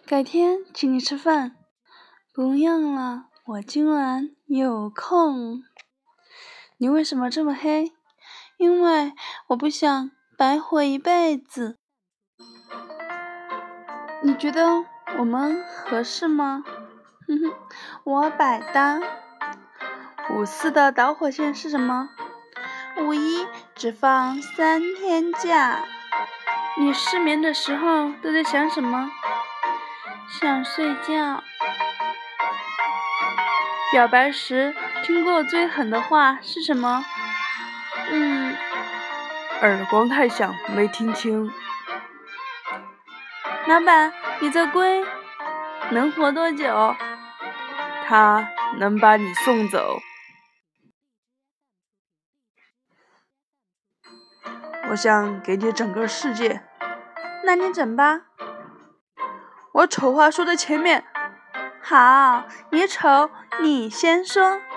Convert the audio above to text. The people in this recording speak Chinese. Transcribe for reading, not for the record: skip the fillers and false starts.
改天请你吃饭。不用了，我今晚有空。你为什么这么黑？因为我不想白活一辈子。你觉得我们合适吗？哼哼，我百搭。54的导火线是什么？51只放3天假。你失眠的时候都在想什么？想睡觉。表白时听过最狠的话是什么？ 耳光太响，没听清。 老板，你这龟能活多久？ 它能把你送走。我想给你整个世界。 那你整吧。 我丑话说在前面。 好，你丑，你先说。